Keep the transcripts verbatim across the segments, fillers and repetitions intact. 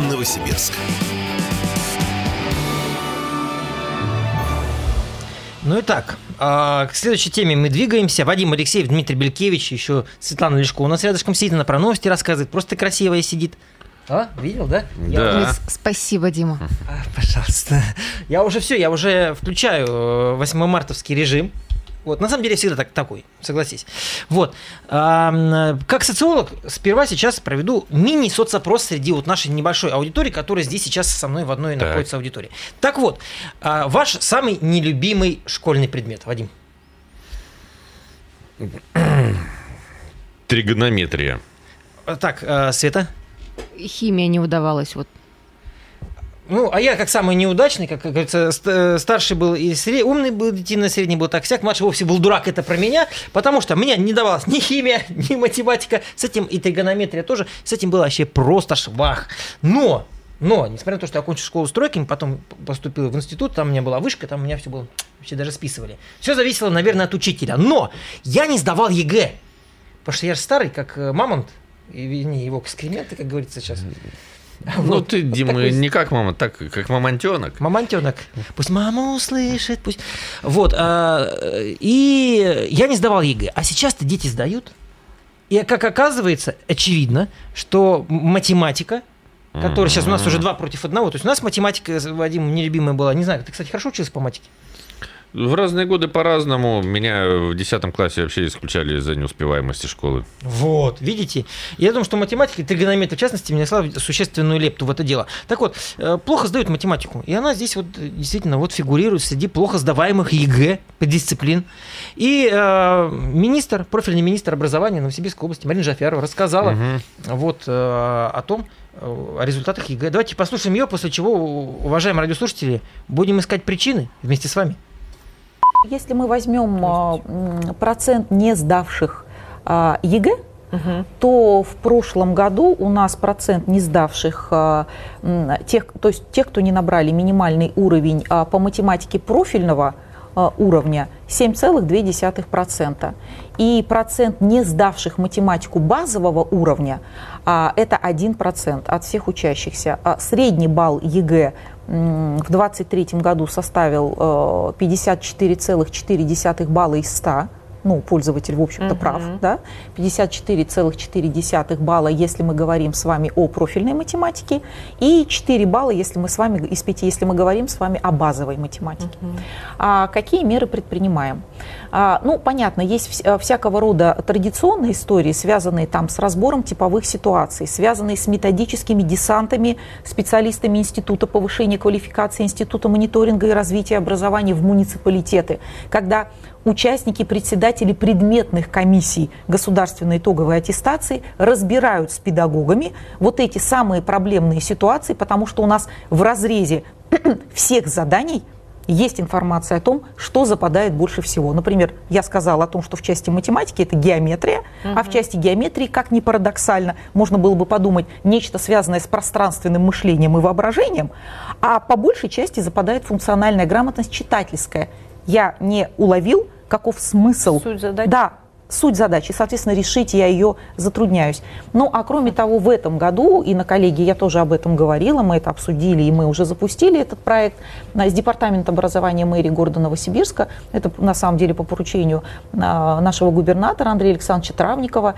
Новосибирск. Ну и так, к следующей теме мы двигаемся. Вадим Алексеев, Дмитрий Белькевич, еще Светлана Лешко у нас рядышком сидит, она про новости рассказывает, просто красивая сидит. А, видел, да? Да. Я... Спасибо, Дима. А, пожалуйста. Я уже все, я уже включаю восьмомартовский режим. Вот, на самом деле всегда так, такой, согласись. Вот. А, как социолог, сперва сейчас проведу мини-соцопрос среди вот нашей небольшой аудитории, которая здесь сейчас со мной в одной Так. находится аудитории. Так вот, а, ваш самый нелюбимый школьный предмет, Вадим? Тригонометрия. Так, а, Света? Химия не удавалась. Вот. Ну, а я как самый неудачный, как говорится, старший был и сред... умный был, детина, средний был так-сяк, младший вовсе был дурак, это про меня, потому что мне не давалась ни химия, ни математика, с этим и тригонометрия тоже, с этим было вообще просто швах. Но, но, несмотря на то, что я окончил школу стройки, потом поступил в институт, там у меня была вышка, там у меня все было, вообще даже списывали. Все зависело, наверное, от учителя. Но я не сдавал ЕГЭ, потому что я же старый, как мамонт, и не его экскременты, как говорится сейчас. Ну, Вот. ты, Вот Дима, такой... не как мама, так как мамонтенок. Мамонтенок. Пусть мама услышит, пусть... Вот. А, и я не сдавал ЕГЭ. А сейчас-то дети сдают. И, как оказывается, очевидно, что математика, которая сейчас у нас уже два против одного, то есть у нас математика, Вадим, нелюбимая была. Не знаю, ты, кстати, хорошо учился по математике? В разные годы по-разному. Меня в десятом классе вообще исключали из-за неуспеваемости школы. Вот, видите? Я думаю, что математика, и тригонометрия, в частности, внесла существенную лепту в это дело. Так вот, плохо сдают математику. И она здесь вот действительно вот фигурирует среди плохо сдаваемых ЕГЭ дисциплин. И э, министр, профильный министр образования Новосибирской области Марина Джафярова рассказала угу. вот, э, о том, о результатах ЕГЭ. Давайте послушаем ее, после чего, уважаемые радиослушатели, будем искать причины вместе с вами. Если мы возьмем процент не сдавших ЕГЭ, угу. то в прошлом году у нас процент не сдавших тех, то есть тех, кто не набрали минимальный уровень по математике профильного уровня, семь целых две десятых процента. И процент не сдавших математику базового уровня это один процент от всех учащихся. Средний балл ЕГЭ в двадцать третьем году составил пятьдесят четыре целых четыре десятых балла из ста. Ну, пользователь, в общем-то, uh-huh. прав, да? пятьдесят четыре целых четыре десятых балла, если мы говорим с вами о профильной математике, и четыре балла, если мы с вами, из пяти, если мы говорим с вами о базовой математике. Uh-huh. А какие меры предпринимаем? А, ну, понятно, есть вс- всякого рода традиционные истории, связанные там с разбором типовых ситуаций, связанные с методическими десантами, специалистами Института повышения квалификации, Института мониторинга и развития образования в муниципалитеты, когда участники, председатели предметных комиссий государственной итоговой аттестации разбирают с педагогами вот эти самые проблемные ситуации, потому что у нас в разрезе всех заданий есть информация о том, что западает больше всего. Например, я сказала о том, что в части математики это геометрия, uh-huh. а в части геометрии, как ни парадоксально, можно было бы подумать, нечто связанное с пространственным мышлением и воображением, а по большей части западает функциональная грамотность читательская. Я не уловил, каков смысл. Суть задачи. Да, суть задачи. Соответственно, решить я ее затрудняюсь. Ну, а кроме того, в этом году, и на коллегии я тоже об этом говорила, мы это обсудили, и мы уже запустили этот проект с Департамента образования мэрии города Новосибирска. Это, на самом деле, по поручению нашего губернатора Андрея Александровича Травникова.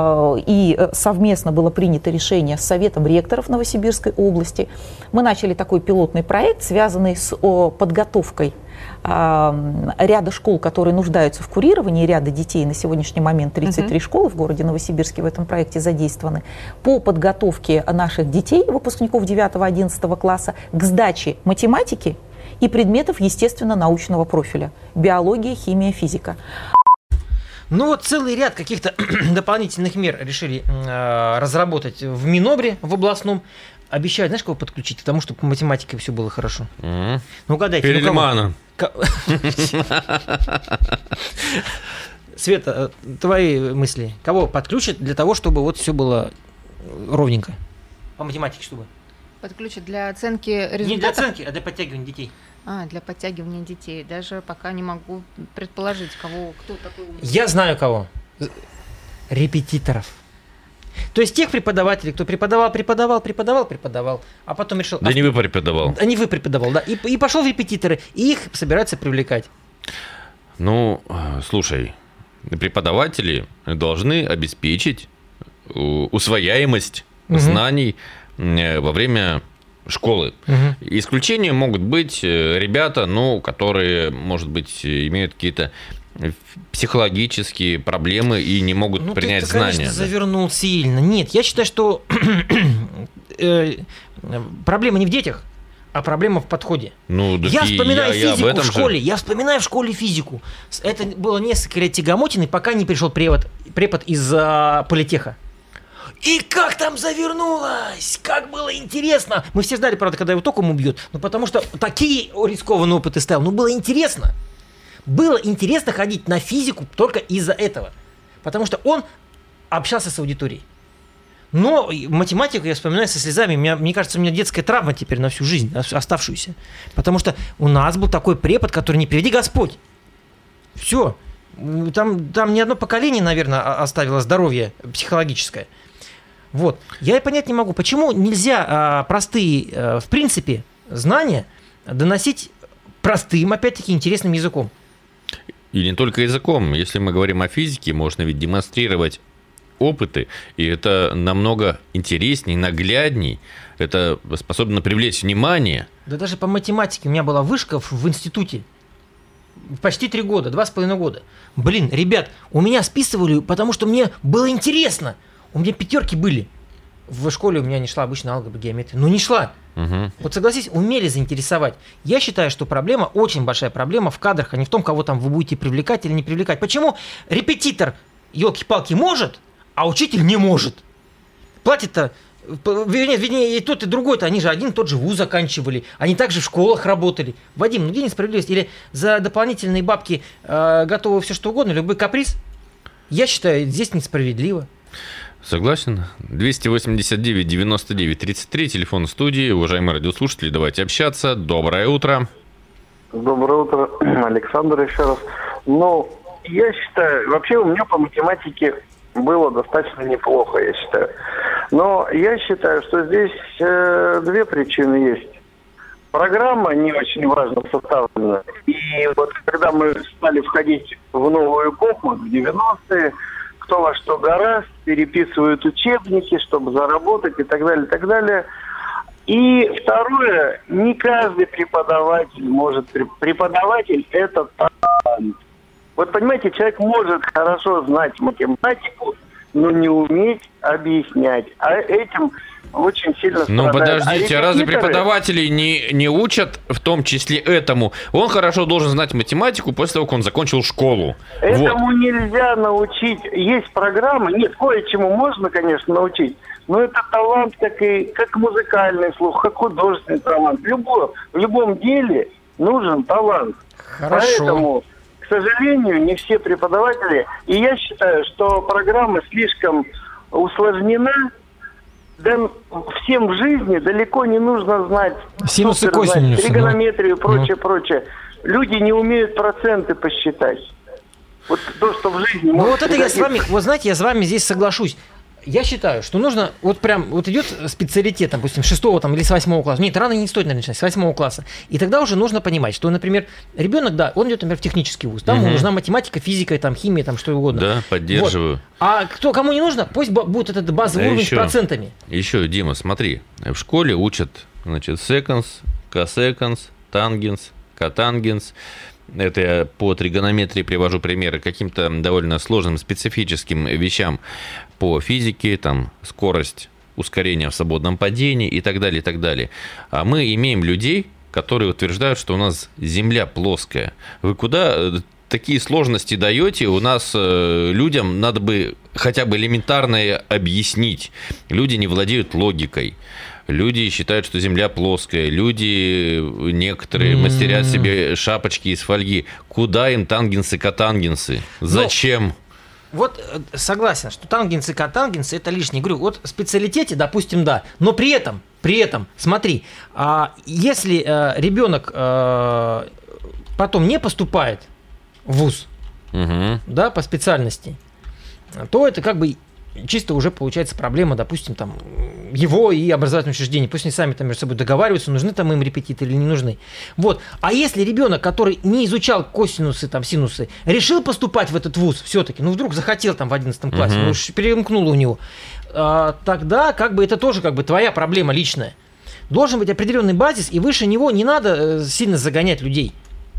И совместно было принято решение с Советом ректоров Новосибирской области. Мы начали такой пилотный проект, связанный с подготовкой ряда школ, которые нуждаются в курировании, ряда детей, на сегодняшний момент тридцать три uh-huh. школы в городе Новосибирске в этом проекте задействованы, по подготовке наших детей, выпускников девятого-одиннадцатого класса, к сдаче математики и предметов естественно-научного профиля: биология, химия, физика. Ну вот целый ряд каких-то дополнительных мер решили э, разработать в Минобре, в областном. Обещают, знаешь, кого подключить? К тому, чтобы по математике все было хорошо. Mm-hmm. Ну, угадайте. Перельмана. Ну, Света, твои мысли. Кого подключат для того, чтобы вот все было ровненько? По математике, чтобы? Подключат для оценки результатов? Не для оценки, а для подтягивания детей. А, для подтягивания детей. Даже пока не могу предположить, кого, кто такой умный. Я знаю кого. Репетиторов. То есть тех преподавателей, кто преподавал, преподавал, преподавал, преподавал, а потом решил... Да а, не вы преподавал. А не вы преподавал, да. И, и пошел в репетиторы, и их собираются привлекать. Ну, слушай, преподаватели должны обеспечить усвояемость угу. знаний во время школы. Угу. Исключением могут быть ребята, ну, которые, может быть, имеют какие-то психологические проблемы и не могут ну, принять ты, знания. Конечно, завернул сильно. Нет, я считаю, что проблема не в детях, а проблема в подходе. Ну, я вспоминаю я, физику я в школе. Же... Я вспоминаю в школе физику. Это было несколько лет тягомотины, пока не пришел препод, препод из а, политеха. И как там завернулось! Как было интересно! Мы все ждали, правда, когда его током убьют, но потому что такие рискованные опыты ставил. Ну, было интересно. Было интересно ходить на физику только из-за этого. Потому что он общался с аудиторией. Но математику я вспоминаю со слезами. Меня, мне кажется, у меня детская травма теперь на всю жизнь, оставшуюся. Потому что у нас был такой препод, который не приведи Господь. Все. Там, там ни одно поколение, наверное, оставило здоровье психологическое. Вот. Я и понять не могу, почему нельзя а, простые, а, в принципе, знания доносить простым, опять-таки, интересным языком. И не только языком. Если мы говорим о физике, можно ведь демонстрировать опыты, и это намного интересней, наглядней. Это способно привлечь внимание. Да даже по математике у меня была вышка в, в институте. Почти три года, два с половиной года. Блин, ребят, у меня списывали, потому что мне было интересно. У меня пятерки были. В школе у меня не шла обычная алгебра, геометрия. Ну не шла. Угу. Вот согласись, умели заинтересовать. Я считаю, что проблема, очень большая проблема в кадрах, а не в том, кого там вы будете привлекать или не привлекать. Почему репетитор, елки-палки, может, а учитель не может? Платит-то, вернее, вернее, и тот, и другой-то, они же один и тот же вуз заканчивали, они также в школах работали. Вадим, ну где несправедливость? Или за дополнительные бабки э, готовы все что угодно, любой каприз? Я считаю, здесь несправедливо. Согласен. двести восемьдесят девять девяносто девять тридцать три, телефон студии. Уважаемые радиослушатели, давайте общаться. Доброе утро. Доброе утро, Александр, еще раз. Ну, я считаю, вообще у меня по математике было достаточно неплохо, я считаю. Но я считаю, что здесь э, две причины есть. Программа не очень важно составлена. И вот когда мы стали входить в новую эпоху, в девяностые, кто во что гораст, переписывают учебники, чтобы заработать и так далее, и так далее. И второе, не каждый преподаватель может... Преподаватель – это талант. Вот понимаете, человек может хорошо знать математику, но не уметь объяснять. А этим очень сильно Ну подождите, а разве преподаватели не, не учат в том числе этому? Он хорошо должен знать математику после того, как он закончил школу. Этому вот. Нельзя научить. Есть программы, нет, кое-чему можно, конечно, научить, но это талант, как и как музыкальный слух, как художественный талант. Любо, в любом деле нужен талант. Хорошо. Поэтому, к сожалению, не все преподаватели. И я считаю, что программа слишком усложнена. Да, всем в жизни далеко не нужно знать синусы, косинусы, тригонометрию, ну. прочее, ну. прочее. Люди не умеют проценты посчитать. Вот то, что в жизни... Ну вот это я с вами, вот знаете, я с вами здесь соглашусь. Я считаю, что нужно, вот прям, вот идет специалитет, допустим, с шестого там, или с восьмого класса. Нет, рано не стоит, наверное, начинать, с восьмого класса. И тогда уже нужно понимать, что, например, ребенок, да, он идет, например, в технический вуз. Там угу. ему нужна математика, физика, там, химия, там, что угодно. Да, поддерживаю. Вот. А кто, кому не нужно, пусть будет этот базовый а уровень еще, с процентами. Еще, Дима, смотри, в школе учат, значит, секонс, косеконс, тангенс, котангенс. Это я по тригонометрии привожу примеры к каким-то довольно сложным специфическим вещам по физике, там, скорость ускорения в свободном падении и так далее, и так далее. А мы имеем людей, которые утверждают, что у нас Земля плоская. Вы куда такие сложности даете? У нас людям надо бы хотя бы элементарное объяснить. Люди не владеют логикой. Люди считают, что Земля плоская. Люди некоторые mm-hmm. мастерят себе шапочки из фольги. Куда им тангенсы, котангенсы? Зачем? Ну, вот согласен, что тангенсы, котангенсы это лишнее. Говорю, вот в специалитете, допустим, да. Но при этом, при этом, смотри, а если а, ребенок а, потом не поступает в вуз, mm-hmm. да, по специальности, то это как бы чисто уже получается проблема, допустим, там, его и образовательного учреждения. Пусть они сами там между собой договариваются, нужны там им репетиторы или не нужны. Вот. А если ребенок, который не изучал косинусы, там, синусы, решил поступать в этот вуз все-таки, ну, вдруг захотел там в одиннадцатом классе, Мгм. ну, уж перемкнуло у него, а, тогда как бы это тоже как бы твоя проблема личная. Должен быть определенный базис, и выше него не надо э, сильно загонять людей.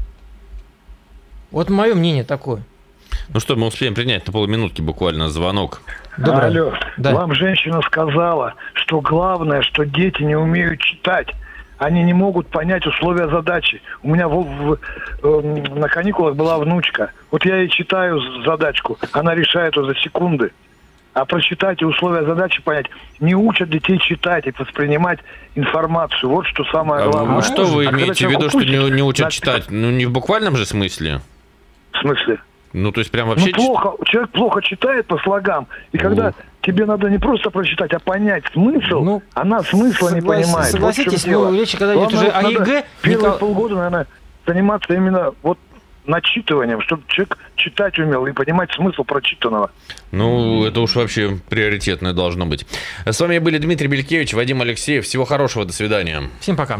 Вот мое мнение такое. Ну что, мы успеем принять на полминутки буквально звонок. Доброе. Алло, Да. вам женщина сказала, что главное, что дети не умеют читать. Они не могут понять условия задачи. У меня в, в, э, на каникулах была внучка. Вот я ей читаю задачку, она решает ее за секунды. А прочитать и условия задачи понять не учат детей читать и воспринимать информацию. Вот что самое А главное. вы- что вы А когда имеете в человек виду, что не, упустит, не учат значит, читать? Ну, не в буквальном же смысле? В смысле? Ну, то есть прям вообще... Ну, плохо, человек плохо читает по слогам, и Ну. когда тебе надо не просто прочитать, а понять смысл, Ну, она смысла не соглас- понимает. согласитесь, вот в чем дело. ну, речь, когда идет Главное, уже вот о надо ЕГЭ, Первые Никол- полгода, наверное, заниматься именно вот начитыванием, чтобы человек читать умел и понимать смысл прочитанного. Ну, это уж вообще приоритетное должно быть. С вами были Дмитрий Белькевич, Вадим Алексеев. Всего хорошего, до свидания. Всем пока.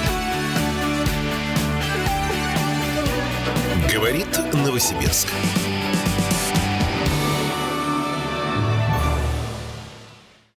Говорит Новосибирск.